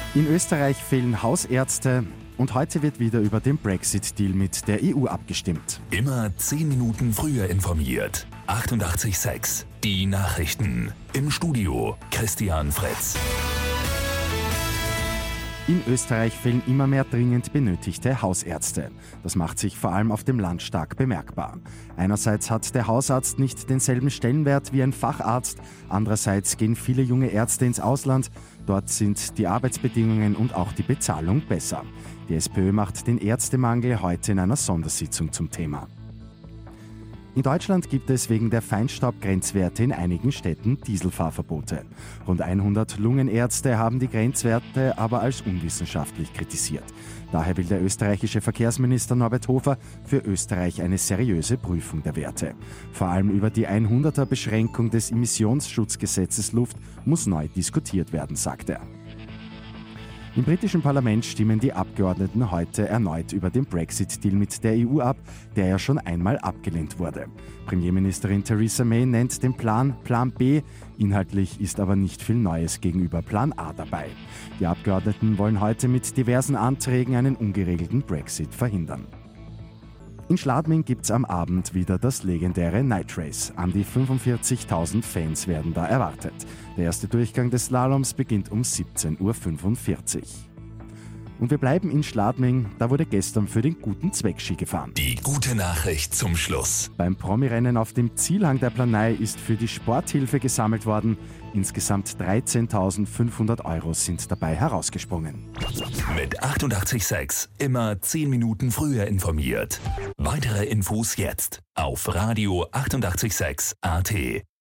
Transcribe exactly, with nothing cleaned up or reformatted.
In Österreich fehlen Hausärzte und heute wird wieder über den Brexit-Deal mit der E U abgestimmt. Immer zehn Minuten früher informiert. achtundachtzig Komma sechs. Die Nachrichten. Im Studio Christian Fritz. In Österreich fehlen immer mehr dringend benötigte Hausärzte. Das macht sich vor allem auf dem Land stark bemerkbar. Einerseits hat der Hausarzt nicht denselben Stellenwert wie ein Facharzt, andererseits gehen viele junge Ärzte ins Ausland. Dort sind die Arbeitsbedingungen und auch die Bezahlung besser. Die SPÖ macht den Ärztemangel heute in einer Sondersitzung zum Thema. In Deutschland gibt es wegen der Feinstaubgrenzwerte in einigen Städten Dieselfahrverbote. Rund hundert Lungenärzte haben die Grenzwerte aber als unwissenschaftlich kritisiert. Daher will der österreichische Verkehrsminister Norbert Hofer für Österreich eine seriöse Prüfung der Werte. Vor allem über die hunderter-Beschränkung des Emissionsschutzgesetzes Luft muss neu diskutiert werden, sagt er. Im britischen Parlament stimmen die Abgeordneten heute erneut über den Brexit-Deal mit der E U ab, der ja schon einmal abgelehnt wurde. Premierministerin Theresa May nennt den Plan Plan B, inhaltlich ist aber nicht viel Neues gegenüber Plan A dabei. Die Abgeordneten wollen heute mit diversen Anträgen einen ungeregelten Brexit verhindern. In Schladming gibt's am Abend wieder das legendäre Night Race. An die fünfundvierzigtausend Fans werden da erwartet. Der erste Durchgang des Slaloms beginnt um siebzehn Uhr fünfundvierzig. Und wir bleiben in Schladming, da wurde gestern für den guten Zweck Ski gefahren. Die gute Nachricht zum Schluss. Beim Promi-Rennen auf dem Zielhang der Planei ist für die Sporthilfe gesammelt worden. Insgesamt dreizehntausendfünfhundert Euro sind dabei herausgesprungen. Mit achtundachtzig Komma sechs immer zehn Minuten früher informiert. Weitere Infos jetzt auf Radio achtundachtzig Komma sechs A T.